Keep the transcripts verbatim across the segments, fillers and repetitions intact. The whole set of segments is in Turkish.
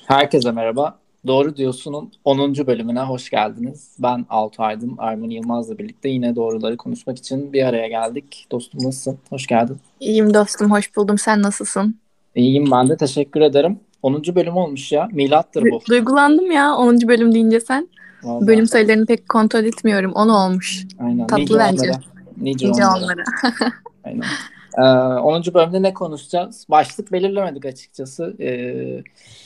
Herkese merhaba. Doğru Diyorsun'un onuncu bölümüne hoş geldiniz. Ben Altuğ Aydın, Armin Yılmaz'la birlikte yine doğruları konuşmak için bir araya geldik. Dostum nasılsın? Hoş geldin. İyiyim dostum, hoş buldum. Sen nasılsın? İyiyim ben de teşekkür ederim. onuncu bölüm olmuş ya. Milattır Du- bu. Duygulandım ya onuncu bölüm deyince sen. Valla Bölüm sayılarını pek kontrol etmiyorum. On olmuş. aynen. Tatlı Nice bence. onlara. Nice Nice onlara. onlara. Aynen. Ee, onuncu bölümde ne konuşacağız? Başlık belirlemedik açıkçası. Ee,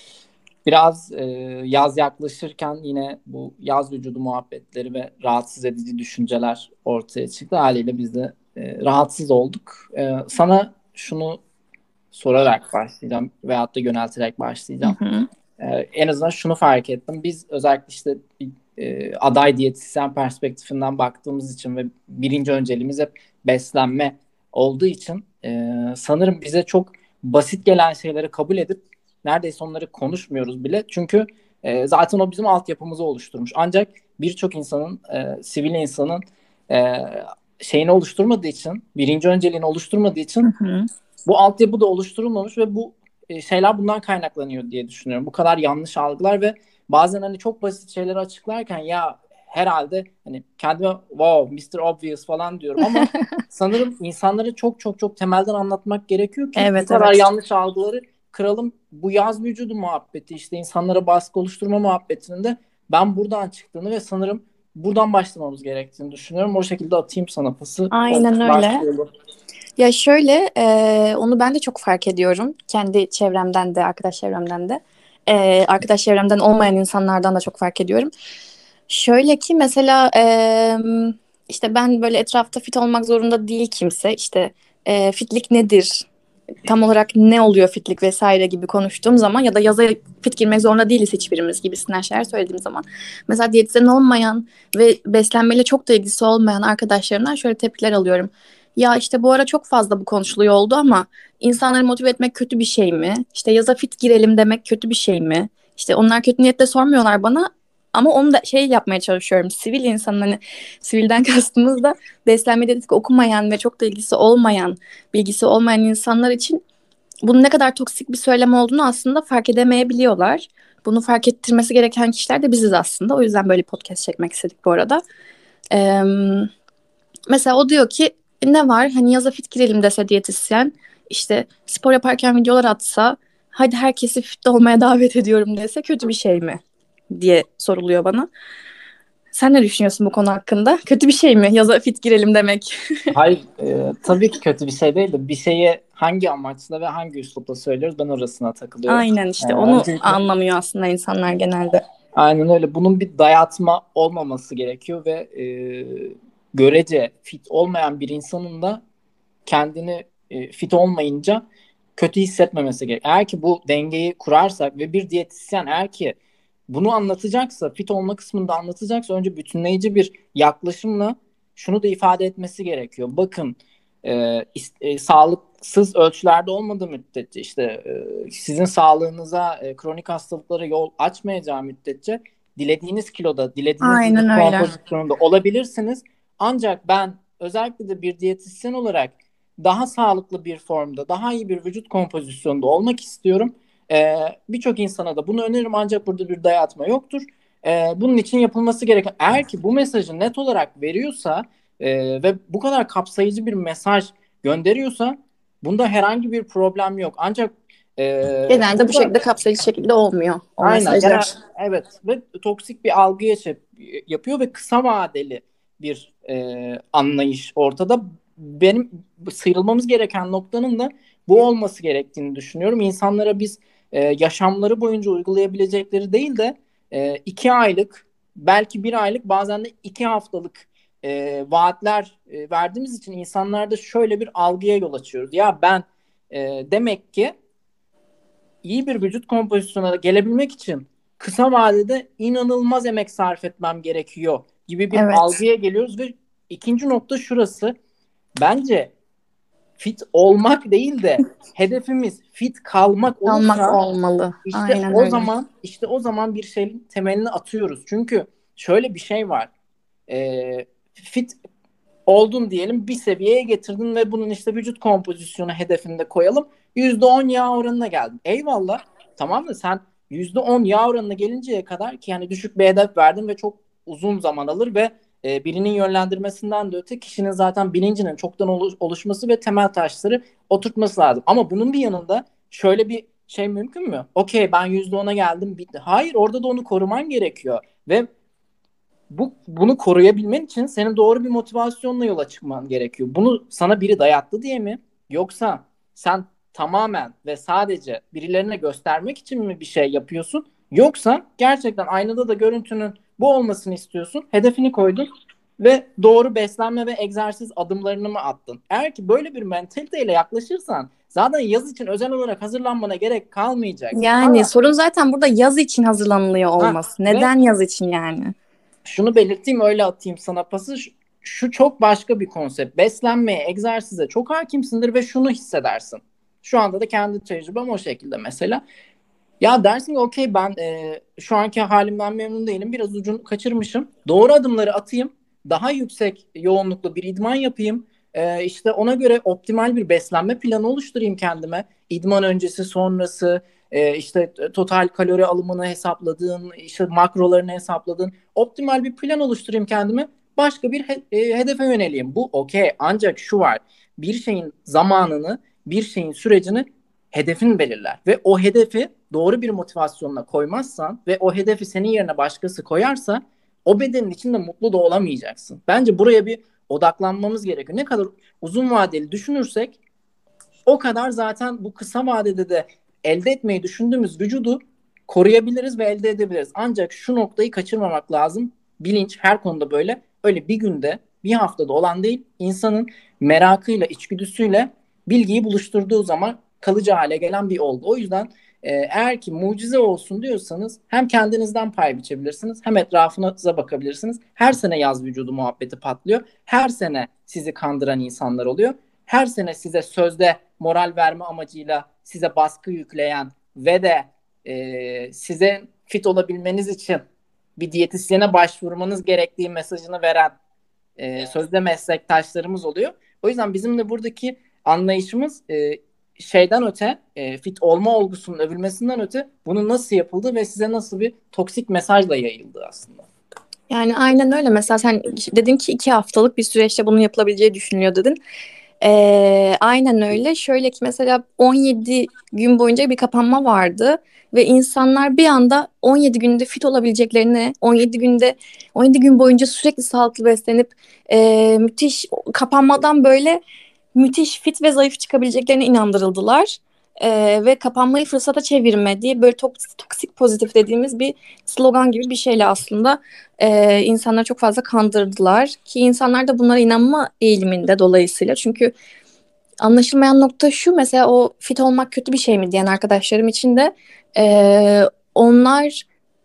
biraz e, yaz yaklaşırken yine bu yaz vücudu muhabbetleri ve rahatsız edici düşünceler ortaya çıktı. Haliyle biz de e, rahatsız olduk. Ee, sana şunu sorarak başlayacağım veyahut da yönelterek Hı başlayacağım. hı. Ee, en azından şunu fark ettim. Biz özellikle işte e, aday diyetisyen perspektifinden baktığımız için ve birinci önceliğimiz hep beslenme olduğu için e, sanırım bize çok basit gelen şeyleri kabul edip neredeyse onları konuşmuyoruz bile. Çünkü e, zaten o bizim altyapımızı oluşturmuş. Ancak birçok insanın, e, sivil insanın e, şeyini oluşturmadığı için, birinci önceliğini oluşturmadığı Hı için hı. bu altyapı da oluşturulmamış ve bu e, şeyler bundan kaynaklanıyor diye düşünüyorum. Bu kadar yanlış algılar ve bazen hani çok basit şeyleri açıklarken ya herhalde hani kendime wow mister Obvious falan diyorum ama sanırım insanlara çok çok çok temelden anlatmak gerekiyor ki bu Evet, kadar evet. yanlış algıları kıralım. Bu yaz vücudu muhabbeti işte insanlara baskı oluşturma muhabbetinin de ben buradan çıktığını ve sanırım buradan başlamamız gerektiğini düşünüyorum. O şekilde atayım sana pası. Aynen öyle. Başlayalım. Ya şöyle, e, onu ben de çok fark ediyorum. Kendi çevremden de, arkadaş çevremden de. E, arkadaş çevremden olmayan insanlardan da çok fark ediyorum. Şöyle ki mesela e, işte ben böyle etrafta fit olmak zorunda değil kimse. İşte e, fitlik nedir? Tam olarak ne oluyor fitlik vesaire gibi konuştuğum zaman ya da yaza fit girmek zorunda değiliz hiçbirimiz gibisinden şeyler söylediğim zaman mesela diyetisyen olmayan ve beslenmeyle çok da ilgisi olmayan arkadaşlarımdan şöyle tepkiler alıyorum. Ya işte bu ara çok fazla bu konuşuluyor oldu ama insanları motive etmek kötü bir şey mi? İşte yaza fit girelim demek kötü bir şey mi? İşte onlar kötü niyetle sormuyorlar bana ama onu da şey yapmaya çalışıyorum. Sivil insanın hani sivilden kastımız da beslenme dedik okumayan ve çok da ilgisi olmayan bilgisi olmayan insanlar için bunun ne kadar toksik bir söylem olduğunu aslında fark edemeyebiliyorlar. Bunu fark ettirmesi gereken kişiler de biziz aslında. O yüzden böyle podcast çekmek istedik bu arada. Ee, Mesela o diyor ki ne var hani yaza fit girelim dese diyetisyen işte spor yaparken videolar atsa hadi herkesi fit olmaya davet ediyorum dese kötü bir şey mi diye soruluyor bana. Sen ne düşünüyorsun bu konu hakkında? Kötü bir şey mi yaza fit girelim demek? Hayır, e, tabii ki kötü bir şey değil de bir şeyi hangi amaçla ve hangi üslupla söylüyoruz ben orasına takılıyorum. Aynen E, işte onu öncelikle anlamıyor aslında insanlar genelde. aynen öyle. Bunun bir dayatma olmaması gerekiyor ve e, görece fit olmayan bir insanın da kendini e, fit olmayınca kötü hissetmemesi gerek. Eğer ki bu dengeyi kurarsak ve bir diyetisyen eğer ki bunu anlatacaksa, fit olma kısmında anlatacaksa önce bütünleyici bir yaklaşımla şunu da ifade etmesi gerekiyor. Bakın e, is- e, sağlıksız ölçülerde olmadığı müddetçe işte e, sizin sağlığınıza e, kronik hastalıklara yol açmayacağı müddetçe dilediğiniz kiloda, dilediğiniz Aynen vücut öyle. kompozisyonunda olabilirsiniz. Ancak ben özellikle de bir diyetisyen olarak daha sağlıklı bir formda, daha iyi bir vücut kompozisyonunda olmak istiyorum. Ee, Birçok insana da bunu öneririm ancak burada bir dayatma yoktur. Ee, bunun için yapılması gereken eğer ki bu mesajı net olarak veriyorsa e, ve bu kadar kapsayıcı bir mesaj gönderiyorsa bunda herhangi bir problem yok. Ancak e, Genelde bu burada şekilde kapsayıcı şekilde olmuyor o aynen genel mesajlar. evet ve toksik bir algı yaşa- yapıyor ve kısa vadeli bir e, anlayış ortada. Benim sıyrılmamız gereken noktanın da bu olması gerektiğini düşünüyorum. İnsanlara biz e, yaşamları boyunca uygulayabilecekleri değil de e, iki aylık belki bir aylık bazen de iki haftalık e, vaatler e, verdiğimiz için insanlarda şöyle bir algıya yol açıyoruz. Ya ben e, demek ki iyi bir vücut kompozisyonuna gelebilmek için kısa vadede inanılmaz emek sarf etmem gerekiyor gibi bir Evet. algıya geliyoruz ve ikinci nokta şurası. Bence fit olmak değil de hedefimiz fit kalmak Kalmak olursa olmalı. işte Aynen o öyle. zaman işte o zaman bir şeyin temelini atıyoruz. Çünkü şöyle bir şey var. Ee, Fit oldun diyelim bir seviyeye getirdin ve bunun işte vücut kompozisyonu hedefinde koyalım. yüzde on yağ oranına geldin. Eyvallah. Tamam mı? Sen yüzde on yağ oranına gelinceye kadar, ki yani düşük bir hedef verdim ve çok uzun zaman alır ve e, birinin yönlendirmesinden de öte kişinin zaten bilincinin çoktan oluşması ve temel taşları oturtması lazım. Ama bunun bir yanında şöyle bir şey mümkün mü? Okey, ben yüzde ona geldim, bitti. Hayır, orada da onu koruman gerekiyor ve bu bunu koruyabilmen için senin doğru bir motivasyonla yola çıkman gerekiyor. Bunu sana biri dayattı diye mi? Yoksa sen tamamen ve sadece birilerine göstermek için mi bir şey yapıyorsun? Yoksa gerçekten aynada da görüntünün bu olmasını istiyorsun, hedefini koydun ve doğru beslenme ve egzersiz adımlarını mı attın? Eğer ki böyle bir mentaliteyle yaklaşırsan zaten yaz için özel olarak hazırlanmana gerek kalmayacak. Yani Ha, sorun zaten burada yaz için hazırlanılıyor ha olması. ve Neden yaz için yani? şunu belirteyim, öyle atayım sana pası. Şu, şu çok başka bir konsept. Beslenmeye, egzersize çok hakimsindir ve şunu hissedersin. Şu anda da kendi tecrübem o şekilde mesela. Ya dersin ki okey, ben e, şu anki halimden memnun değilim. Biraz ucunu kaçırmışım. Doğru adımları atayım. Daha yüksek yoğunluklu bir idman yapayım. E, işte ona göre optimal bir beslenme planı oluşturayım kendime. İdman öncesi, sonrası, e, işte total kalori alımını hesapladığın, işte makrolarını hesapladığın optimal bir plan oluşturayım kendime. Başka bir he- e, hedefe yöneleyim. Bu okey. Ancak şu var. Bir şeyin zamanını, bir şeyin sürecini hedefin belirler ve o hedefi doğru bir motivasyonla koymazsan ve o hedefi senin yerine başkası koyarsa o bedenin içinde mutlu da olamayacaksın. Bence buraya bir odaklanmamız gerekiyor. Ne kadar uzun vadeli düşünürsek o kadar zaten bu kısa vadede de elde etmeyi düşündüğümüz vücudu koruyabiliriz ve elde edebiliriz. Ancak şu noktayı kaçırmamak lazım. Bilinç her konuda böyle. Öyle bir günde, bir haftada olan değil, insanın merakıyla, içgüdüsüyle bilgiyi buluşturduğu zaman kalıcı hale gelen bir olgu. O yüzden e, eğer ki mucize olsun diyorsanız hem kendinizden pay biçebilirsiniz hem etrafınıza bakabilirsiniz. Her sene yaz vücudu muhabbeti patlıyor. Her sene sizi kandıran insanlar oluyor. Her sene size sözde moral verme amacıyla size baskı yükleyen ve de e, size fit olabilmeniz için bir diyetisyene başvurmanız gerektiği mesajını veren e, sözde meslektaşlarımız oluyor. O yüzden bizim de buradaki anlayışımız e, şeyden öte, e, fit olma olgusunun övülmesinden öte bunun nasıl yapıldığı ve size nasıl bir toksik mesajla yayıldığı aslında. Yani aynen öyle. Mesela sen dedin ki iki haftalık bir süreçte bunun yapılabileceği düşünülüyor dedin. Ee, aynen öyle. Şöyle ki mesela on yedi gün boyunca bir kapanma vardı ve insanlar bir anda on yedi günde fit olabileceklerini, on yedi günde on yedi gün boyunca sürekli sağlıklı beslenip e, müthiş kapanmadan böyle müthiş fit ve zayıf çıkabileceklerine inandırıldılar. Ee, ve kapanmayı fırsata çevirme diye böyle tok- toksik pozitif dediğimiz bir slogan gibi bir şeyle aslında e, insanları çok fazla kandırdılar ki insanlar da bunlara inanma eğiliminde dolayısıyla. Çünkü anlaşılmayan nokta şu, mesela o fit olmak kötü bir şey mi diyen arkadaşlarım için de e, onlar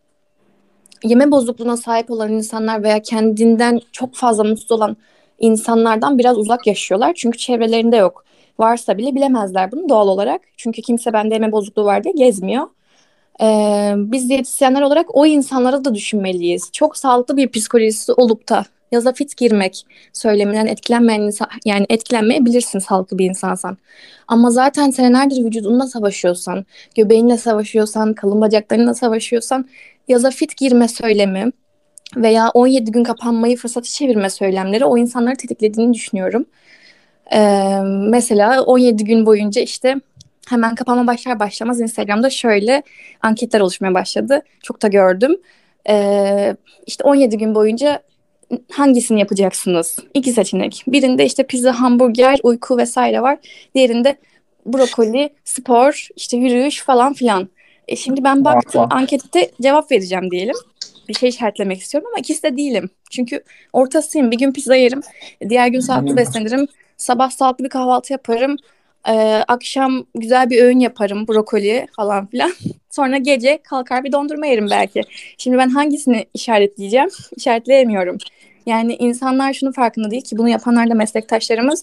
yeme bozukluğuna sahip olan insanlar veya kendinden çok fazla mutsuz olan insanlardan biraz uzak yaşıyorlar. Çünkü çevrelerinde yok. Varsa bile bilemezler bunu doğal olarak. Çünkü kimse bende yeme bozukluğu var diye gezmiyor. Ee, biz diyetisyenler olarak o insanları da düşünmeliyiz. Çok sağlıklı bir psikolojisi olup da yaza fit girmek söyleminden etkilenmeyen insan, yani etkilenmeyebilirsin sağlıklı bir insansan. Ama zaten senelerdir vücudunla savaşıyorsan, göbeğinle savaşıyorsan, kalın bacaklarınla savaşıyorsan yaza fit girme söylemi veya on yedi gün kapanmayı fırsatı çevirme söylemleri o insanları tetiklediğini düşünüyorum. Ee, mesela on yedi gün boyunca işte hemen kapanma başlar başlamaz Instagram'da şöyle anketler oluşmaya başladı. Çok da gördüm. Ee, işte on yedi gün boyunca hangisini yapacaksınız? İki seçenek. Birinde işte pizza, hamburger, uyku vesaire var. Diğerinde brokoli, spor, işte yürüyüş falan filan. E şimdi ben baktım ankette cevap vereceğim diyelim. Bir şey işaretlemek istiyorum ama ikisi de değilim. Çünkü ortasıyım. Bir gün pizza yerim. Diğer gün sağlıklı beslenirim. Sabah sağlıklı bir kahvaltı yaparım. Ee, akşam güzel bir öğün yaparım. Brokoli falan filan. Sonra gece kalkar bir dondurma yerim belki. Şimdi ben hangisini işaretleyeceğim? İşaretleyemiyorum. Yani insanlar şunun farkında değil ki bunu yapanlar da meslektaşlarımız.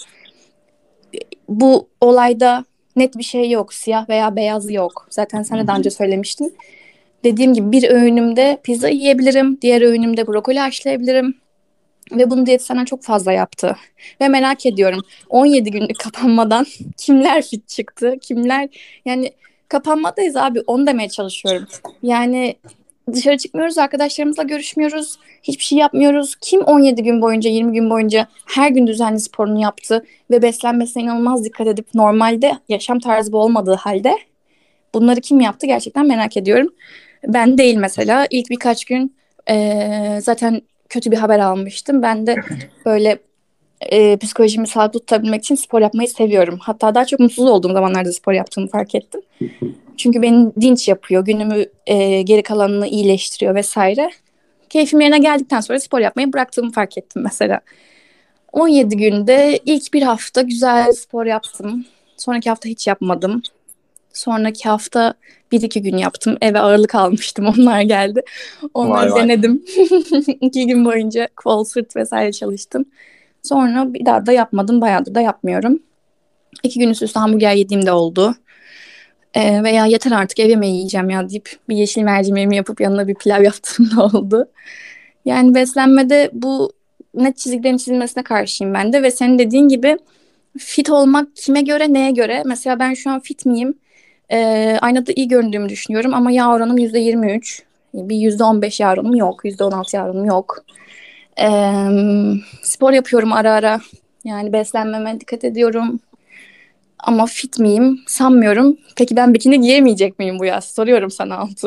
Bu olayda net bir şey yok. Siyah veya beyaz yok. Zaten sen de daha önce söylemiştin. Dediğim gibi bir öğünümde pizza yiyebilirim. Diğer öğünümde brokoli haşlayabilirim. Ve bunu diyetisyenler çok fazla yaptı. Ve merak ediyorum on yedi günlük kapanmadan kimler fit çıktı? Kimler yani kapanmadayız abi. Onu demeye çalışıyorum. Yani dışarı çıkmıyoruz, arkadaşlarımızla görüşmüyoruz, hiçbir şey yapmıyoruz. Kim on yedi gün boyunca, yirmi gün boyunca her gün düzenli sporunu yaptı ve beslenmesine inanılmaz dikkat edip normalde yaşam tarzı bu olmadığı halde bunları kim yaptı gerçekten merak ediyorum. Ben değil mesela. İlk birkaç gün eee, zaten kötü bir haber almıştım. Ben de böyle e, psikolojimi sağlıklı tutabilmek için spor yapmayı seviyorum. Hatta daha çok mutsuz olduğum zamanlarda spor yaptığımı fark ettim. Çünkü beni dinç yapıyor, günümü e, geri kalanını iyileştiriyor vesaire. Keyfim yerine geldikten sonra spor yapmayı bıraktığımı fark ettim mesela. on yedi günde ilk bir hafta güzel spor yaptım. Sonraki hafta hiç yapmadım. Sonraki hafta bir iki gün yaptım. Eve ağırlık almıştım. Onlar geldi. Vay Onları vay. denedim. İki gün boyunca kol, sırt vesaire çalıştım. Sonra bir daha da yapmadım. Bayağıdır da yapmıyorum. İki gün üst üste hamburger yediğim de oldu. Ee, veya yeter artık ev yemeği yiyeceğim ya deyip bir yeşil mercimeğimi yapıp yanına bir pilav yaptığım da oldu. Yani beslenmede bu net çizgilerin çizilmesine karşıyım ben de ve senin dediğin gibi fit olmak kime göre neye göre? Mesela ben şu an fit miyim? Ee, aynada iyi göründüğümü düşünüyorum ama yağ oranım yüzde yirmi üç. Bir yüzde on beş yağ oranım yok. Yüzde on altı yağ oranım yok. Ee, spor yapıyorum ara ara. Yani beslenmeme dikkat ediyorum. Ama fit miyim? Sanmıyorum. Peki ben bikini giyemeyecek miyim bu yaz? Soruyorum sana Altuğ.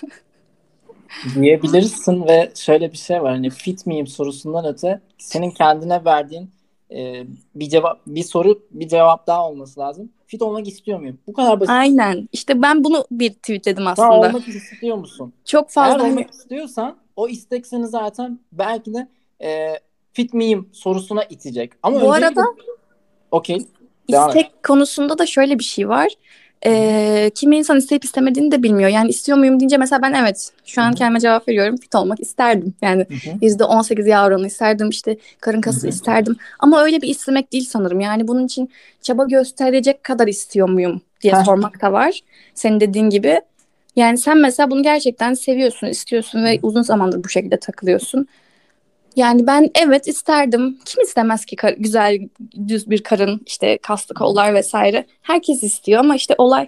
Diyebilirsin ve şöyle bir şey var, hani fit miyim sorusundan öte senin kendine verdiğin e, bir cevap, bir soru, bir cevap daha olması lazım. Fit olmak istiyor muyum? Bu kadar basit. Aynen. İşte ben bunu bir tweetledim Sen aslında. olmak istiyor musun? Çok Eğer fazla hani olmak istiyorsan o istek seni zaten belki de e, fit miyim sorusuna itecek. Ama bu arada öncelikle okey, devam et. istek konusunda da şöyle bir şey var. Ee, kimi insan isteyip istemediğini de bilmiyor. Yani istiyor muyum deyince mesela ben evet şu Hı an hı. kendime cevap veriyorum. Fit olmak isterdim. Yani Hı hı. yüzde on sekiz yağ oranı isterdim. İşte karın Hı kası hı. isterdim. Ama öyle bir istemek değil sanırım. Yani bunun için çaba gösterecek kadar istiyor muyum diye Heh. sormak da var. Senin dediğin gibi. Yani sen mesela bunu gerçekten seviyorsun, istiyorsun ve uzun zamandır bu şekilde takılıyorsun. Yani ben evet isterdim. Kim istemez ki kar- güzel düz bir karın, işte kaslı kollar vesaire. Herkes istiyor ama işte olay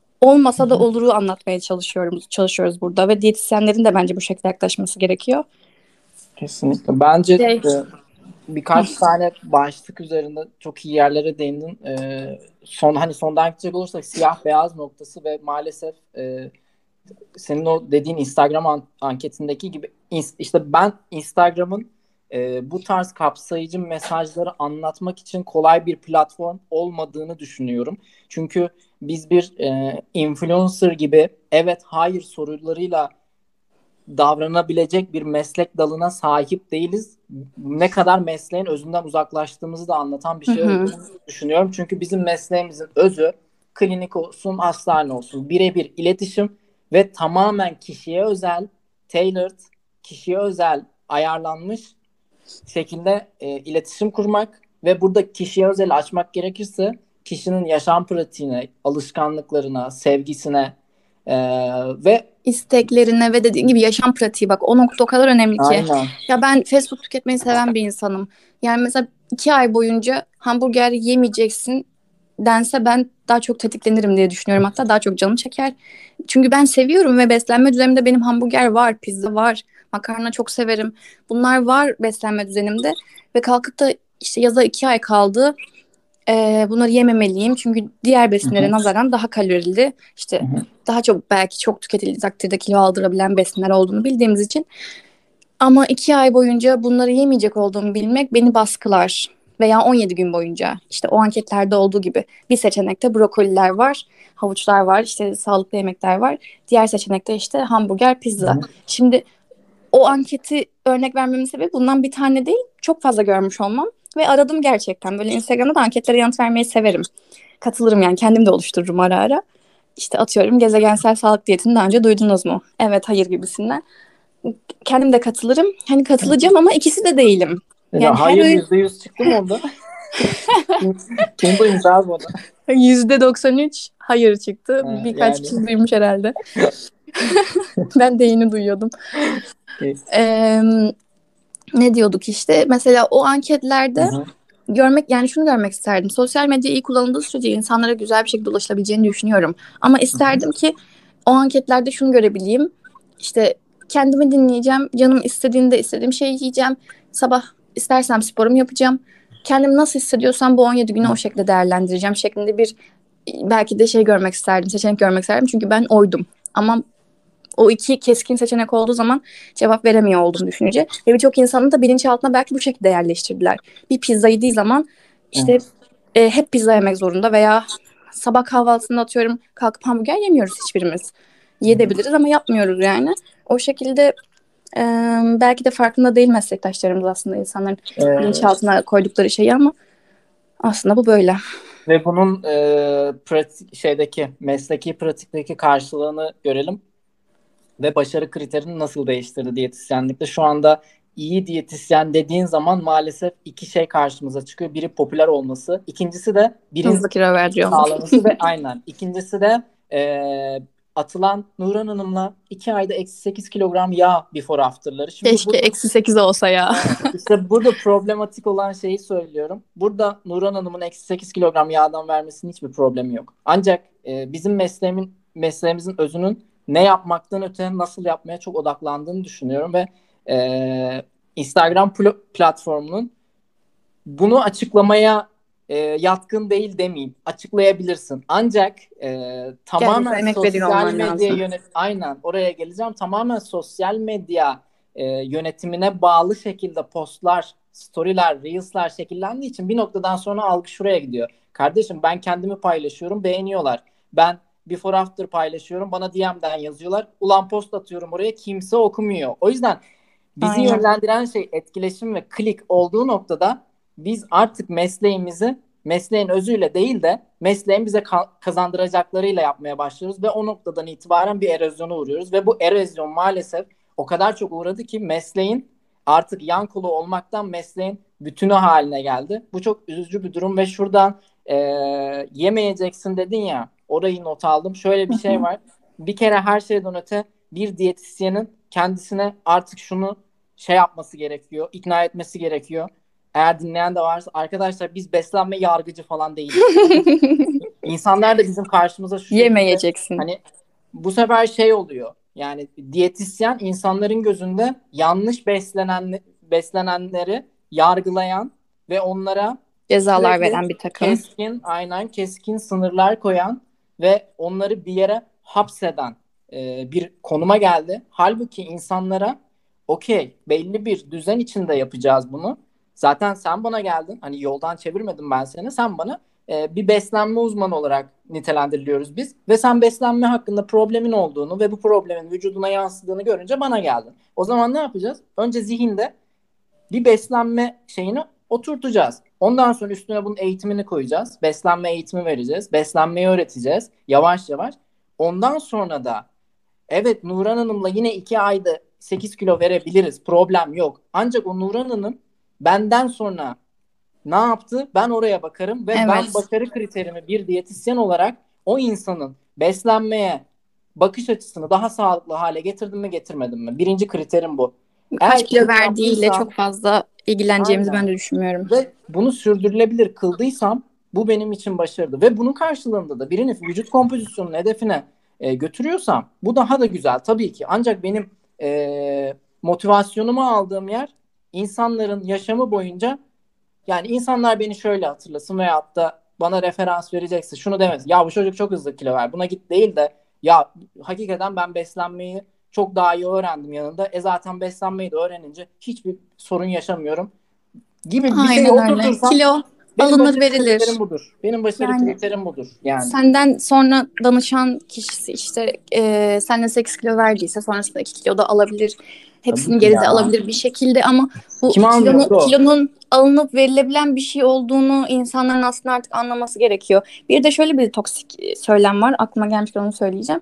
Hı olmasa da hı. oluru anlatmaya çalışıyorum, çalışıyoruz burada ve diyetisyenlerin de bence bu şekilde yaklaşması gerekiyor. Kesinlikle. Bence Şey, e, birkaç tane başlık üzerinde çok iyi yerlere değindin. E, son hani sondan gidecek olursak siyah beyaz noktası ve maalesef e, senin o dediğin Instagram an- anketindeki gibi ins- işte ben Instagram'ın e, bu tarz kapsayıcı mesajları anlatmak için kolay bir platform olmadığını düşünüyorum. Çünkü biz bir e, influencer gibi evet hayır sorularıyla davranabilecek bir meslek dalına sahip değiliz. Ne kadar mesleğin özünden uzaklaştığımızı da anlatan bir hı şey hı, olduğunu düşünüyorum. Çünkü bizim mesleğimizin özü klinik olsun, hastane olsun, birebir iletişim ve tamamen kişiye özel, tailored, kişiye özel ayarlanmış şekilde e, iletişim kurmak ve burada kişiye özel açmak gerekirse kişinin yaşam pratiğine, alışkanlıklarına, sevgisine e, ve isteklerine ve dediğin gibi yaşam pratiği bak o nokta o kadar önemli ki. aynen. Ya ben fast food tüketmeyi seven bir insanım. Yani mesela iki ay boyunca hamburger yemeyeceksin dense ben daha çok tetiklenirim diye düşünüyorum. Hatta daha çok canım çeker. Çünkü ben seviyorum ve beslenme düzenimde benim hamburger var, pizza var, makarna çok severim. Bunlar var beslenme düzenimde ve kalkıp da işte yaza iki ay kaldı. Ee, bunları yememeliyim çünkü diğer Hı besinlere hı, nazaran daha kalorili, hı işte hı. daha çok belki çok tüketildiği takdirde kilo aldırabilen besinler olduğunu bildiğimiz için. Ama iki ay boyunca bunları yemeyecek olduğumu bilmek beni baskılar. Veya on yedi gün boyunca işte o anketlerde olduğu gibi bir seçenekte brokoliler var, havuçlar var, işte sağlıklı yemekler var. Diğer seçenekte işte hamburger, Hı pizza. hı. Şimdi o anketi örnek vermemin sebebi bundan bir tane değil, çok fazla görmüş olmam. Ve aradım gerçekten. Böyle Instagram'da da anketlere yanıt vermeyi severim. Katılırım yani kendim de oluştururum ara ara. İşte atıyorum gezegensel sağlık diyetini daha önce duydunuz mu? Evet, hayır gibisinden. Kendim de katılırım. Hani katılacağım ama ikisi de değilim. Yani her Hayır, öğün yüzde yüz çıktı mı onda? Kim, kim duymuş abi onu? yüzde doksan üç hayır çıktı. Ha, Birkaç yani kişi duymuş herhalde. Ben de yeni duyuyordum. e, Ee, ne diyorduk işte? Mesela o hı anketlerde hı. görmek yani şunu görmek isterdim. Sosyal medya iyi kullanıldığı sürece insanlara güzel bir şekilde ulaşılabileceğini düşünüyorum. Ama isterdim ki o anketlerde şunu görebileyim. İşte kendimi dinleyeceğim. Canım istediğinde istediğim şeyi yiyeceğim. Sabah istersem sporumu yapacağım. Kendimi nasıl hissediyorsam bu on yedi günü o şekilde değerlendireceğim şeklinde bir belki de şey görmek isterdim. Seçenek görmek isterdim. Çünkü ben oydum. Ama o iki keskin seçenek olduğu zaman cevap veremiyor olduğunu düşününce ve birçok insanın da bilinçaltına belki bu şekilde yerleştirdiler. Bir pizza yediği zaman işte e, hep pizza yemek zorunda veya sabah kahvaltısında atıyorum kalkıp hamburger yemiyoruz hiçbirimiz. Yiyebiliriz ama yapmıyoruz yani. O şekilde e, belki de farkında değil meslektaşlarımız aslında insanların Ee, bilinçaltına koydukları şeyi ama aslında bu böyle. Ve bunun e, pratik şeydeki mesleki pratikteki karşılığını görelim ve başarı kriterini nasıl değiştirdi diyetisyenlikte. Şu anda iyi diyetisyen dediğin zaman maalesef iki şey karşımıza çıkıyor. Biri popüler olması, ikincisi de Hızlı kilo verdiriyor olması. sağlaması ve aynen. İkincisi de e, atılan Nurhan Hanım'la iki ayda eksi sekiz kilogram yağ before after'ları. Şimdi Keşke burada, eksi sekiz olsa ya. işte burada problematik olan şeyi söylüyorum. Burada Nurhan Hanım'ın eksi sekiz kilogram yağdan vermesinin hiçbir problemi yok. Ancak e, bizim mesleğimin mesleğimizin özünün ne yapmaktan öte nasıl yapmaya çok odaklandığını düşünüyorum ve e, Instagram pl- platformunun bunu açıklamaya e, yatkın değil demeyeyim. Açıklayabilirsin. Ancak e, tamamen Gerçekten emek veriyor sosyal olman medya lazım. yönet aynen oraya geleceğim. Tamamen sosyal medya e, yönetimine bağlı şekilde postlar, storyler, reels'lar şekillendiği için bir noktadan sonra algı şuraya gidiyor. Kardeşim ben kendimi paylaşıyorum, beğeniyorlar. Ben before after paylaşıyorum, bana D M'den yazıyorlar. Ulan post atıyorum oraya, kimse okumuyor. O yüzden bizi Aynen. yönlendiren şey etkileşim ve klik olduğu noktada biz artık mesleğimizi mesleğin özüyle değil de mesleğin bize ka- kazandıracaklarıyla yapmaya başlıyoruz ve o noktadan itibaren bir erozyona uğruyoruz ve bu erozyon maalesef o kadar çok uğradı ki mesleğin artık yan kolu olmaktan mesleğin bütünü haline geldi. Bu çok üzücü bir durum ve şuradan e, yemeyeceksin dedin ya, orayı not aldım. Şöyle bir şey var. Bir kere her şeyden öte bir diyetisyenin kendisine artık şunu şey yapması gerekiyor, ikna etmesi gerekiyor. Eğer dinleyen de varsa, arkadaşlar biz beslenme yargıcı falan değiliz. İnsanlar da bizim karşımıza şu şekilde Yemeyeceksin. hani bu sefer şey oluyor. Yani diyetisyen insanların gözünde yanlış beslenen beslenenleri yargılayan ve onlara Cezalar sürekli veren bir takım. keskin, aynen keskin sınırlar koyan ve onları bir yere hapseden e, bir konuma geldi. Halbuki insanlara okey, belli bir düzen içinde yapacağız bunu. Zaten sen bana geldin. Hani yoldan çevirmedim ben seni. Sen bana e, bir beslenme uzmanı olarak nitelendiriliyoruz biz. Ve sen beslenme hakkında problemin olduğunu ve bu problemin vücuduna yansıdığını görünce bana geldin. O zaman ne yapacağız? Önce zihinde bir beslenme şeyini oturtacağız. Ondan sonra üstüne bunun eğitimini koyacağız. Beslenme eğitimi vereceğiz. Beslenmeyi öğreteceğiz. Yavaş yavaş. Ondan sonra da evet, Nurhan Hanım'la yine iki ayda sekiz kilo verebiliriz. Problem yok. Ancak o Nurhan Hanım benden sonra ne yaptı? Ben oraya bakarım ve Evet. ben başarı kriterimi bir diyetisyen olarak o insanın beslenmeye bakış açısını daha sağlıklı hale getirdim mi getirmedim mi? Birinci kriterim bu. Kaç Eğer kilo bunu verdiğiyle yaptıysam, çok fazla ilgileneceğimizi aynen, ben de düşünmüyorum. ve bunu sürdürülebilir kıldıysam bu benim için başarılı. Ve bunun karşılığında da birini vücut kompozisyonunun hedefine e, götürüyorsam bu daha da güzel tabii ki. Ancak benim e, motivasyonumu aldığım yer insanların yaşamı boyunca, yani insanlar beni şöyle hatırlasın veyahut da bana referans verecekse şunu demez. Ya bu çocuk çok hızlı kilo ver, buna git değil de ya hakikaten ben beslenmeyi çok daha iyi öğrendim yanında. E zaten beslenmeyi de öğrenince hiçbir sorun yaşamıyorum gibi bir şeyi Aynen öyle. oturtursam Kilo benim alınır başarı verilir. kriterim budur. Benim başarı Yani kriterim budur. Yani. senden sonra danışan kişisi işte e, senden sekiz kilo verdiyse sonrasında iki kilo da alabilir. Tabii Hepsini ki geride ya. alabilir bir şekilde ama bu Kim kilonun, almıyorsa o. kilonun alınıp verilebilen bir şey olduğunu insanların aslında artık anlaması gerekiyor. Bir de şöyle bir toksik söylem var. Aklıma gelmişken onu söyleyeceğim.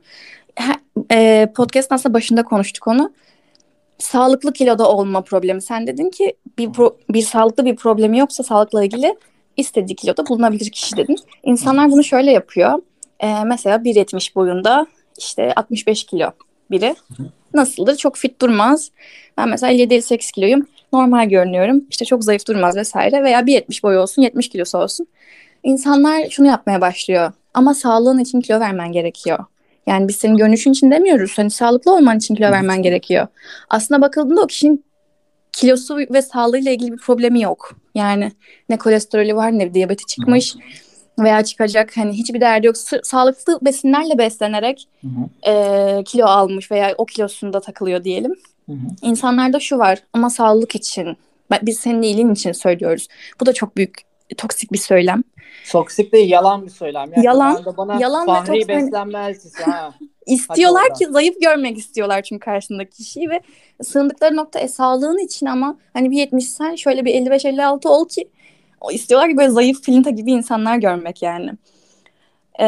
E, podcast'ın aslında başında konuştuk onu. Sağlıklı kiloda olma problemi. Sen dedin ki bir pro- bir sağlıklı bir problemi yoksa sağlıkla ilgili istediği kiloda bulunabilir kişi dedin. İnsanlar bunu şöyle yapıyor. Ee, mesela bir yetmiş boyunda işte altmış beş kilo biri. Nasıldır? Çok fit durmaz. Ben mesela elli yedi elli sekiz kiloyum. normal görünüyorum. İşte çok zayıf durmaz vesaire veya bir yetmiş boyu olsun, yetmiş kilosu olsun. İnsanlar şunu yapmaya başlıyor. Ama sağlığın için kilo vermen gerekiyor. Yani biz senin görünüşün için demiyoruz. Hani sağlıklı olman için kilo vermen gerekiyor. Aslına bakıldığında o kişinin kilosu ve sağlığıyla ilgili bir problemi yok. Yani ne kolesterolü var, ne diyabeti çıkmış veya çıkacak. Hani hiçbir derdi yok. Sı- sağlıklı besinlerle beslenerek Hı hı. e, kilo almış veya o kilosunda takılıyor diyelim. Hı hı. İnsanlarda şu var ama sağlık için, biz senin iyiliğin için söylüyoruz. Bu da çok büyük toksik bir söylem. Toksik değil, yalan bir söylem. Ya Yalan, genelde bana yalan ve Fahri toksik. Hani beslenme elçisi ha. Hadi istiyorlar oradan. ki zayıf görmek istiyorlar çünkü karşısındaki kişiyi ve sığındıkları nokta e, sağlığın için ama hani bir yetmişsen şöyle bir elli beş elli altı ol ki o istiyorlar ki böyle zayıf filinta gibi insanlar görmek yani. Ee,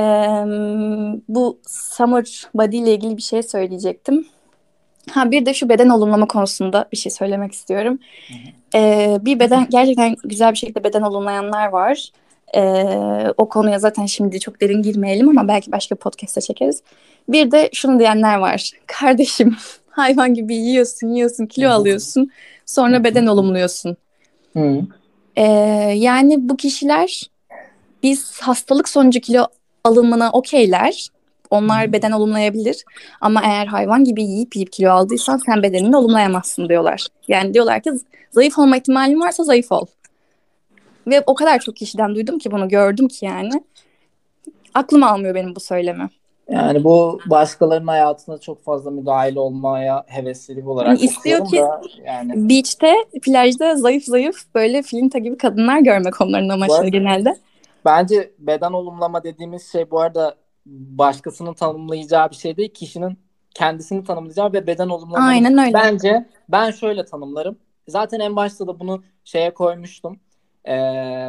Bu summer body ile ilgili bir şey söyleyecektim. Ha bir de şu beden olumlama konusunda bir şey söylemek istiyorum. Hı hı. Ee, bir beden gerçekten güzel bir şekilde beden olumlayanlar var. Ee, o konuya zaten şimdi çok derin girmeyelim ama belki başka podcast'ta çekeriz. Bir de şunu diyenler var. Kardeşim hayvan gibi yiyorsun, yiyorsun, kilo alıyorsun. Sonra beden olumluyorsun. Hı. Ee, Yani bu kişiler biz hastalık sonucu kilo alımına okeyler. Onlar beden olumlayabilir. Ama eğer hayvan gibi yiyip yiyip kilo aldıysan sen bedenini olumlayamazsın diyorlar. Yani diyorlar ki zayıf olma ihtimalin varsa zayıf ol. Ve o kadar çok kişiden duydum ki bunu gördüm ki yani. Aklım almıyor benim bu söylemi. Yani bu başkalarının hayatına çok fazla müdahale olmaya hevesli Yani olarak istiyor okuyorum ki da yani. beach'te, plajda zayıf zayıf böyle filinta gibi kadınlar görmek onların Bu amaçları arada genelde. bence beden olumlama dediğimiz şey bu arada başkasının tanımlayacağı bir şey değil. Kişinin kendisini tanımlayacağı ve beden olumlamanın Aynen öyle. bence ben şöyle tanımlarım. Zaten en başta da bunu şeye koymuştum. Ee,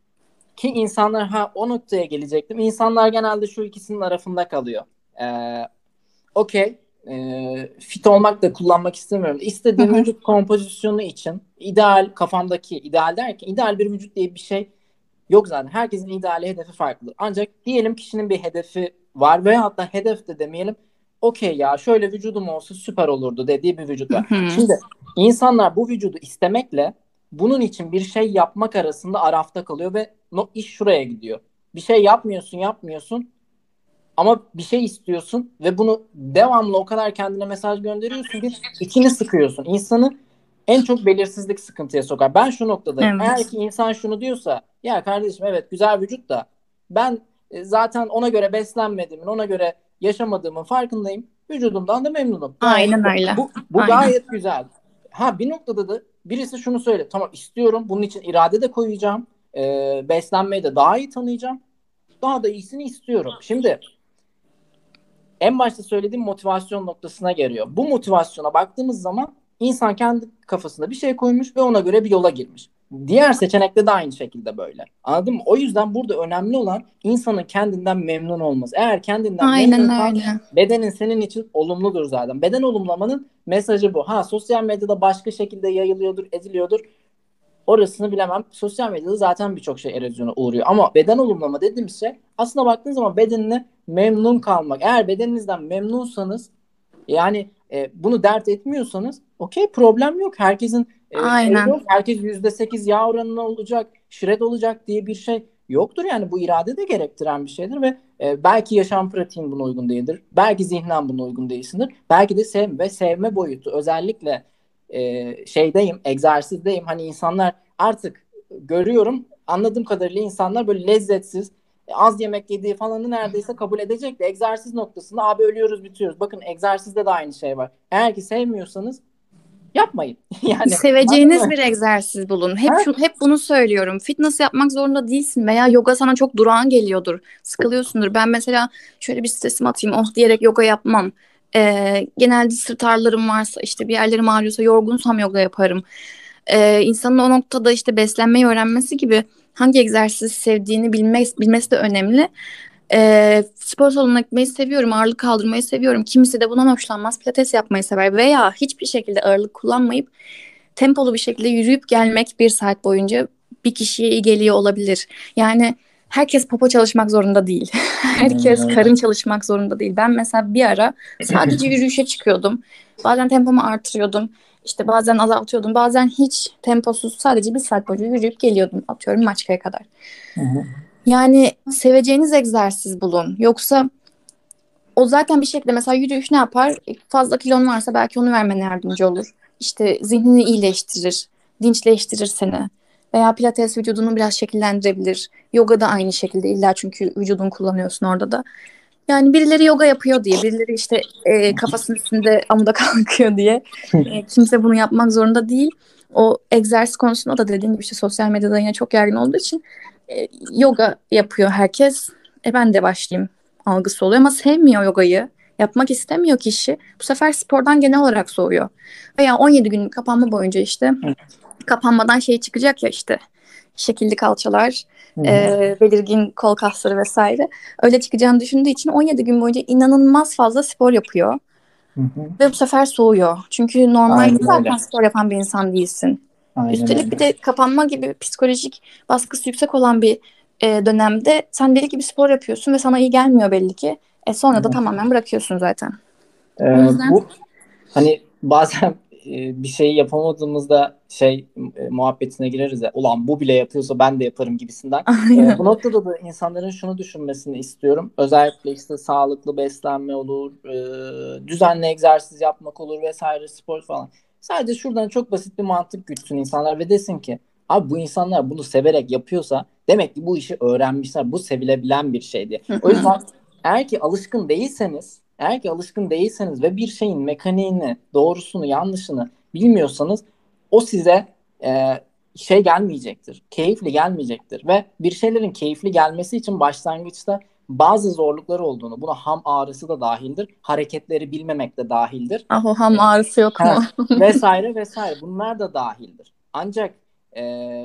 Ki insanlar ha o noktaya gelecektim. İnsanlar genelde şu ikisinin arasında kalıyor. Ee, Okey. Ee, fit olmak da kullanmak istemiyorum. Hı İstediğim hı. vücut kompozisyonu için ideal kafamdaki ideal derken ideal bir vücut diye bir şey yok zaten. Herkesin ideali hedefi farklı. Ancak diyelim kişinin bir hedefi var veya hatta hedef de demeyelim. Okey ya şöyle vücudum olsa süper olurdu dediği bir vücut Hı var. hı. Şimdi insanlar bu vücudu istemekle bunun için bir şey yapmak arasında arafta kalıyor ve no, iş şuraya gidiyor. Bir şey yapmıyorsun yapmıyorsun ama bir şey istiyorsun ve bunu devamlı o kadar kendine mesaj gönderiyorsun ki içini sıkıyorsun. İnsanı en çok belirsizlik sıkıntıya sokar. Ben şu noktadayım. Eğer Evet. ki insan şunu diyorsa ya kardeşim evet güzel vücut da ben e, zaten ona göre beslenmediğimin, ona göre yaşamadığımın farkındayım. Vücudumdan da memnunum. Gayet Aynen öyle. bu, bu Aynen. gayet güzel. Ha bir noktada da birisi şunu söyle. Tamam istiyorum. Bunun için irade de koyacağım. Ee, beslenmeyi de daha iyi tanıyacağım. Daha da iyisini istiyorum. Şimdi en başta söylediğim motivasyon noktasına geliyor. Bu motivasyona baktığımız zaman insan kendi kafasında bir şey koymuş ve ona göre bir yola girmiş. Diğer seçenekte de aynı şekilde böyle. Anladın mı? O yüzden burada önemli olan insanın kendinden memnun olması. Eğer kendinden Aynen memnunsan öyle. bedenin senin için olumludur zaten. Beden olumlamanın mesajı bu. Ha sosyal medyada başka şekilde yayılıyordur, ediliyordur. Orasını bilemem. Sosyal medyada zaten birçok şey erozyona uğruyor. Ama beden olumlama dediğimiz şey aslında baktığınız zaman bedenine memnun kalmak. Eğer bedeninizden memnunsanız yani e, bunu dert etmiyorsanız okey problem yok. Herkesin e, şey Aynen. yok. Herkes yüzde sekiz yağ oranına olacak, şred olacak diye bir şey yoktur. Yani bu irade de gerektiren bir şeydir ve e, belki yaşam pratiğin buna uygun değildir. Belki zihnen buna uygun değilsindir. Belki de sevme ve sevme boyutu özellikle e, şeydeyim, egzersizdeyim. Hani insanlar artık görüyorum, anladığım kadarıyla insanlar böyle lezzetsiz, e, az yemek yediği falanı neredeyse kabul edecek de egzersiz noktasında abi ölüyoruz bitiyoruz. Bakın egzersizde de aynı şey var. Eğer ki sevmiyorsanız yapmayın. Yani anladın Seveceğiniz mı? bir egzersiz bulun. Hep Ha? şu, hep bunu söylüyorum. Fitness yapmak zorunda değilsin veya yoga sana çok durağan geliyordur. Sıkılıyorsundur. Ben mesela şöyle bir stresimi atayım oh diyerek yoga yapmam. Ee, genelde sırt ağrılarım varsa işte bir yerlerim ağrıyorsa yorgunsam yoga yaparım. Ee, insanın o noktada işte beslenmeyi öğrenmesi gibi hangi egzersizi sevdiğini bilmek, bilmesi de önemli. Ee, spor salonuna gitmeyi seviyorum, ağırlık kaldırmayı seviyorum. Kimisi de bundan hoşlanmaz, pilates yapmayı sever veya hiçbir şekilde ağırlık kullanmayıp tempolu bir şekilde yürüyüp gelmek bir saat boyunca bir kişiye iyi geliyor olabilir. Yani herkes popo çalışmak zorunda değil. Aynen Herkes öyle. karın çalışmak zorunda değil. Ben mesela bir ara sadece yürüyüşe çıkıyordum. Bazen tempomu artırıyordum. İşte bazen azaltıyordum. Bazen hiç temposuz sadece bir saat boyunca yürüyüp geliyordum. Atıyorum Maçka'ya kadar. Hı hı. Yani seveceğiniz egzersiz bulun. Yoksa o zaten bir şekilde mesela yürüyüş ne yapar? Fazla kilon varsa belki onu vermene yardımcı olur. İşte zihnini iyileştirir, dinçleştirir seni. Veya pilates vücudunu biraz şekillendirebilir. Yoga da aynı şekilde illa çünkü vücudunu kullanıyorsun orada da. Yani birileri yoga yapıyor diye, birileri işte e, kafasının üstünde amuda kalkıyor diye. E, kimse bunu yapmak zorunda değil. O egzersiz konusunda da dediğim gibi işte sosyal medyada yine çok yaygın olduğu için e, yoga yapıyor herkes. E ben de başlayayım algısı oluyor ama sevmiyor yogayı. Yapmak istemiyor kişi. Bu sefer spordan genel olarak soğuyor. Veya on yedi gün kapanma boyunca işte kapanmadan şey çıkacak ya işte şekilli kalçalar, Hı e, hı. belirgin kol kasları vesaire. Öyle çıkacağını düşündüğü için on yedi gün boyunca inanılmaz fazla spor yapıyor. Hı hı. Ve bu sefer soğuyor. Çünkü normalde Aynen zaten öyle. spor yapan bir insan değilsin. Aynen Üstelik bir öyle. de kapanma gibi psikolojik baskısı yüksek olan bir e, dönemde sen deli gibi spor yapıyorsun ve sana iyi gelmiyor belli ki. E sonra da Evet. tamamen bırakıyorsun zaten. O Ee, yüzden bu hani bazen e, bir şeyi yapamadığımızda şey e, muhabbetine gireriz ya, ulan bu bile yapıyorsa ben de yaparım gibisinden. E, bu aynen. noktada da insanların şunu düşünmesini istiyorum. Özellikle işte sağlıklı beslenme olur, e, düzenli egzersiz yapmak olur vesaire, spor falan. Sadece şuradan çok basit bir mantık gütsün insanlar ve desin ki abi bu insanlar bunu severek yapıyorsa demek ki bu işi öğrenmişler. Bu sevilebilen bir şey diye. Hı O hı. yüzden eğer ki alışkın değilseniz eğer ki alışkın değilseniz ve bir şeyin mekaniğini, doğrusunu, yanlışını bilmiyorsanız o size e, şey gelmeyecektir. Keyifli gelmeyecektir. Ve bir şeylerin keyifli gelmesi için başlangıçta bazı zorlukları olduğunu, buna ham ağrısı da dahildir, hareketleri bilmemek de dahildir. Ah o E, ham ağrısı yok mu? ha, vesaire vesaire bunlar da dahildir. Ancak e,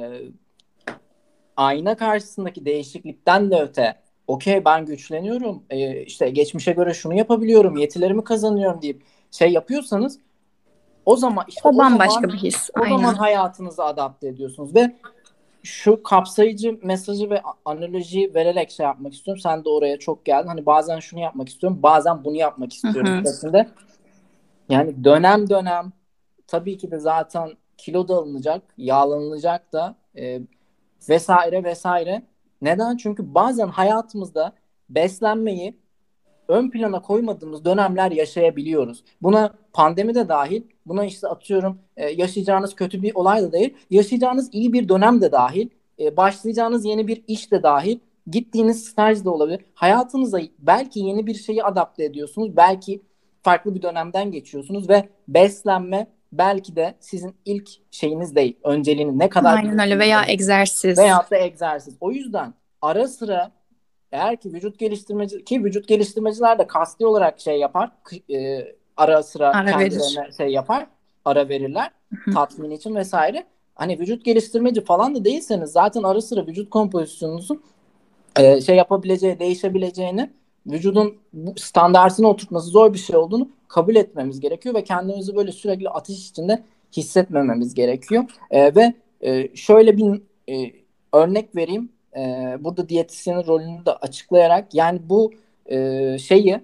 ayna karşısındaki değişiklikten de öte okey ben güçleniyorum e, işte geçmişe göre şunu yapabiliyorum yetilerimi kazanıyorum deyip şey yapıyorsanız o zaman işte O o bambaşka zaman bir his. o zaman Aynen. hayatınızı adapte ediyorsunuz ve şu kapsayıcı mesajı ve analoji vererek şey yapmak istiyorum. Sen de oraya çok geldin. Hani bazen şunu yapmak istiyorum, bazen bunu yapmak Hı istiyorum hı. şeklinde. Yani dönem dönem tabii ki de zaten kilo da alınacak, yağlanılacak da e, vesaire vesaire. Neden? Çünkü bazen hayatımızda beslenmeyi ön plana koymadığımız dönemler yaşayabiliyoruz. Buna pandemi de dahil, buna işte atıyorum e, yaşayacağınız kötü bir olay da değil, yaşayacağınız iyi bir dönem de dahil, e, başlayacağınız yeni bir iş de dahil, gittiğiniz staj da olabilir. Hayatınıza belki yeni bir şeyi adapte ediyorsunuz, belki farklı bir dönemden geçiyorsunuz ve beslenme belki de sizin ilk şeyiniz değil, önceliğiniz ne kadar Aynen öyle bilirsiniz veya değil. egzersiz. Veyahut da egzersiz. O yüzden ara sıra eğer ki vücut geliştirmeci ki vücut geliştirmeciler de kasti olarak şey yapar e, ara sıra Ara verir. kendilerine şey yapar ara verirler Hı hı. tatmin için vesaire. Hani vücut geliştirmeci falan da değilseniz zaten ara sıra vücut kompozisyonunuzun e, şey yapabileceği değişebileceğini vücudun bu standartını oturtması zor bir şey olduğunu kabul etmemiz gerekiyor ve kendimizi böyle sürekli ateş içinde hissetmememiz gerekiyor. E, ve e, şöyle bir e, örnek vereyim. E, burada diyetisyenin rolünü de açıklayarak yani bu e, şeyi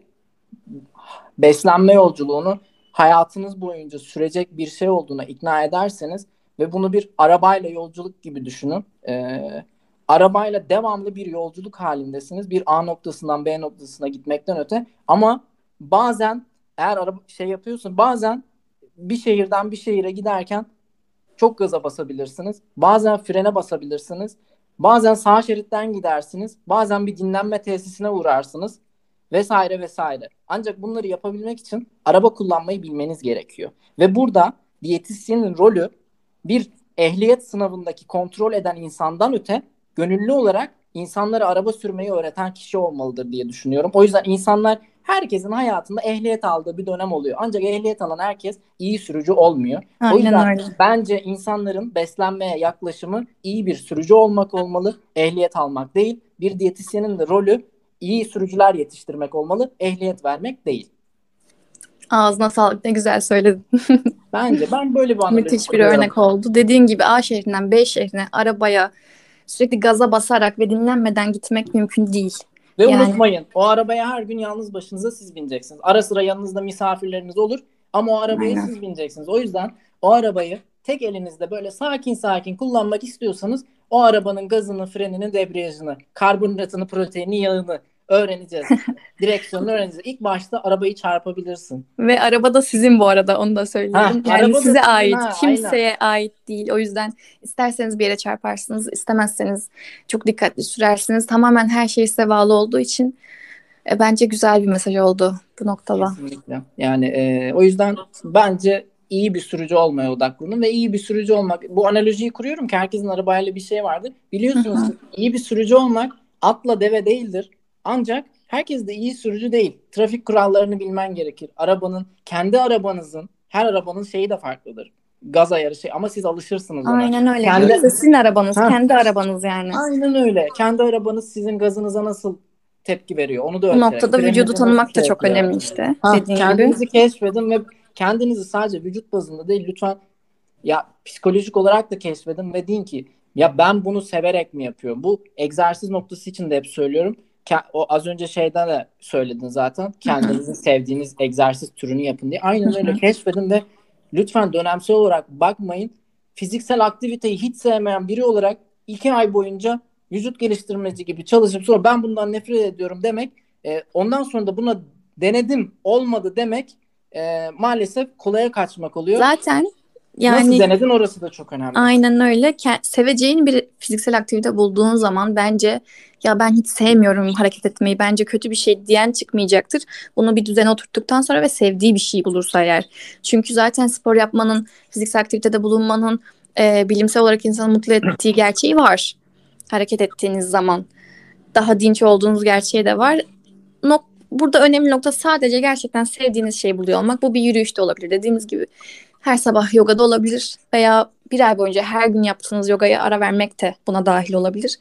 beslenme yolculuğunu hayatınız boyunca sürecek bir şey olduğuna ikna ederseniz ve bunu bir arabayla yolculuk gibi düşünün. E, arabayla devamlı bir yolculuk halindesiniz. Bir A noktasından B noktasına gitmekten öte ama bazen eğer araba şey yapıyorsun bazen bir şehirden bir şehire giderken çok gaza basabilirsiniz. Bazen frene basabilirsiniz. Bazen sağ şeritten gidersiniz. Bazen bir dinlenme tesisine uğrarsınız. Vesaire vesaire. Ancak bunları yapabilmek için araba kullanmayı bilmeniz gerekiyor. Ve burada diyetisyenin rolü bir ehliyet sınavındaki kontrol eden insandan öte gönüllü olarak insanlara araba sürmeyi öğreten kişi olmalıdır diye düşünüyorum. O yüzden insanlar herkesin hayatında ehliyet aldığı bir dönem oluyor. Ancak ehliyet alan herkes iyi sürücü olmuyor. O Aynen yüzden öyle. bence insanların beslenmeye yaklaşımı iyi bir sürücü olmak olmalı, ehliyet almak değil. Bir diyetisyenin de rolü iyi sürücüler yetiştirmek olmalı, ehliyet vermek değil. Ağzına sağlık ne güzel söyledin. Bence ben böyle bir analoji Müthiş bir kuruyorum. örnek oldu. Dediğin gibi A şehrinden B şehrine arabaya sürekli gaza basarak ve dinlenmeden gitmek mümkün değil. Ve Yani unutmayın, o arabaya her gün yalnız başınıza siz bineceksiniz. Ara sıra yanınızda misafirleriniz olur Ama o arabaya Aynen. siz bineceksiniz. O yüzden o arabayı tek elinizde böyle sakin sakin kullanmak istiyorsanız o arabanın gazını, frenini, debriyajını, karbonhidratını, proteini, yağını öğreneceğiz. Direksiyonunu öğreneceğiz. İlk başta arabayı çarpabilirsin. Ve araba da sizin bu arada, onu da Ha, söyleyelim. Yani araba da size sizin, ait, ha, aynen. kimseye ait değil. O yüzden isterseniz bir yere çarparsınız, istemezseniz çok dikkatli sürersiniz. Tamamen her şey size bağlı olduğu için e, bence güzel bir mesaj oldu bu noktada. Kesinlikle. Yani e, o yüzden bence iyi bir sürücü olmaya odaklanın ve iyi bir sürücü olmak. Bu analojiyi kuruyorum ki herkesin arabayla bir şey vardır. Hı Biliyorsunuz hı. ki iyi bir sürücü olmak atla deve değildir. Ancak herkes de iyi sürücü değil. Trafik kurallarını bilmen gerekir. Arabanın, kendi arabanızın, her arabanın şeyi de farklıdır. Gaz ayarı şey ama siz alışırsınız ona. Aynen öyle. Kendi Sonuçta sizin arabanız, ha, kendi arabanız yani. aynen öyle. Kendi arabanız sizin gazınıza nasıl tepki veriyor. Onu da Bu ölçerek. noktada vücudu Freninize nasıl tanımak da çok tepki veriyor. önemli işte, Ha, dediğin gibi. kendinizi keşfedin ve kendinizi sadece vücut bazında değil lütfen ya psikolojik olarak da keşfedin ve deyin ki ya ben bunu severek mi yapıyorum? Bu egzersiz noktası için de hep söylüyorum. Ke- O az önce şeyden de söyledin zaten. Hı hı. Kendinizin sevdiğiniz egzersiz türünü yapın diye. Hı Aynen öyle hı. keşfedin ve lütfen dönemsel olarak bakmayın. Fiziksel aktiviteyi hiç sevmeyen biri olarak iki ay boyunca vücut geliştirmeci gibi çalışıp sonra ben bundan nefret ediyorum demek, e, ondan sonra da buna denedim olmadı demek e, maalesef kolaya kaçmak oluyor. Zaten Nasıl yani denedin orası da çok önemli. aynen öyle. Ke- Seveceğin bir fiziksel aktivite bulduğun zaman bence ya ben hiç sevmiyorum hareket etmeyi, bence kötü bir şey diyen çıkmayacaktır. Bunu bir düzene oturttuktan sonra ve sevdiği bir şey bulursa eğer. Çünkü zaten spor yapmanın, fiziksel aktivitede bulunmanın e, bilimsel olarak insanı mutlu ettiği gerçeği var. Hareket ettiğiniz zaman daha dinç olduğunuz gerçeği de var. Nok Burada önemli nokta sadece gerçekten sevdiğiniz şeyi buluyor olmak. Bu bir yürüyüş de olabilir. Dediğimiz gibi her sabah yoga da olabilir veya bir ay boyunca her gün yaptığınız yogaya ara vermek de buna dahil olabilir.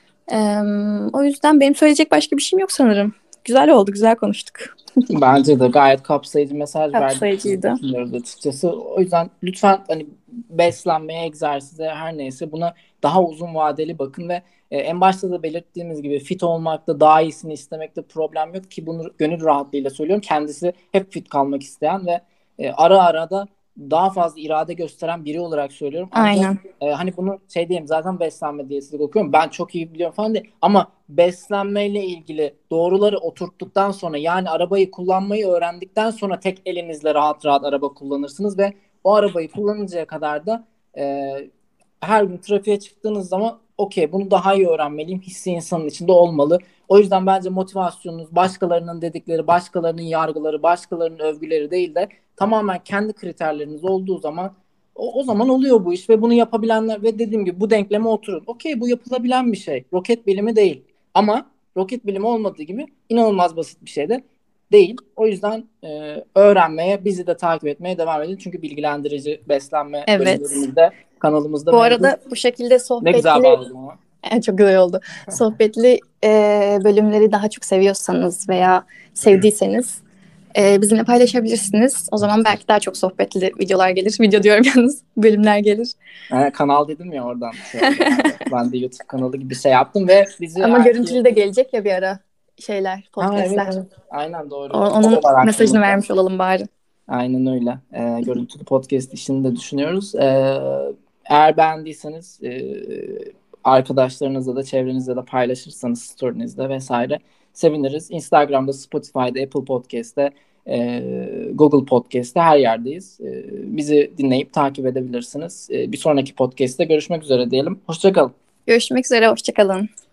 Ee, O yüzden benim söyleyecek başka bir şeyim yok sanırım. Güzel oldu, güzel konuştuk. Bence de gayet kapsayıcı mesaj verdik diye Kapsayıcıydı. düşünüyoruz açıkçası. O yüzden lütfen hani beslenmeye, egzersize her neyse buna daha uzun vadeli bakın ve e, en başta da belirttiğimiz gibi fit olmakta, daha iyisini istemekte problem yok ki bunu gönül rahatlığıyla söylüyorum. Kendisi hep fit kalmak isteyen ve e, ara ara da daha fazla irade gösteren biri olarak söylüyorum. Ancak Aynen. e, hani bunu şey diyeyim zaten beslenme diyetçilik okuyorum. Ben çok iyi biliyorum falan değil. Ama beslenmeyle ilgili doğruları oturttuktan sonra yani arabayı kullanmayı öğrendikten sonra tek elinizle rahat rahat araba kullanırsınız ve o arabayı kullanıncaya kadar da e, her gün trafiğe çıktığınız zaman okey bunu daha iyi öğrenmeliyim hissi insanın içinde olmalı. O yüzden bence motivasyonunuz başkalarının dedikleri, başkalarının yargıları, başkalarının övgüleri değil de tamamen kendi kriterleriniz olduğu zaman o, o zaman oluyor bu iş ve bunu yapabilenler ve dediğim gibi bu denkleme oturun. Okey bu yapılabilen bir şey. Roket bilimi değil. Ama roket bilimi olmadığı gibi inanılmaz basit bir şey de değil. O yüzden e, öğrenmeye, bizi de takip etmeye devam edin. Çünkü bilgilendirici beslenme Evet. bölümlerimizde kanalımızda Bu mevcut. arada bu şekilde Ne güzel sohbetli bağladım ama. çok güzel oldu. Sohbetli e, bölümleri daha çok seviyorsanız veya sevdiyseniz e, bizimle paylaşabilirsiniz. O zaman belki daha çok sohbetli videolar gelir. Video diyorum yalnız, bölümler gelir. E, kanal dedim ya oradan şey oldu yani. Ben de YouTube kanalı gibi bir şey yaptım ve bizi Ama eğer ki... görüntülü de gelecek ya bir ara şeyler, Ha evet, podcastler. evet. Aynen O- doğru. O onun da var mesajını aklımızda. vermiş olalım bari. Aynen öyle. E, görüntülü podcast işini de düşünüyoruz. E, eğer beğendiyseniz e, arkadaşlarınızla da çevrenizde de paylaşırsanız storynizde vesaire seviniriz. Instagram'da, Spotify'da, Apple Podcast'te, e, Google Podcast'te her yerdeyiz. E, bizi dinleyip takip edebilirsiniz. E, bir sonraki podcast'te görüşmek üzere diyelim. Hoşça kalın. Görüşmek üzere, hoşça kalın.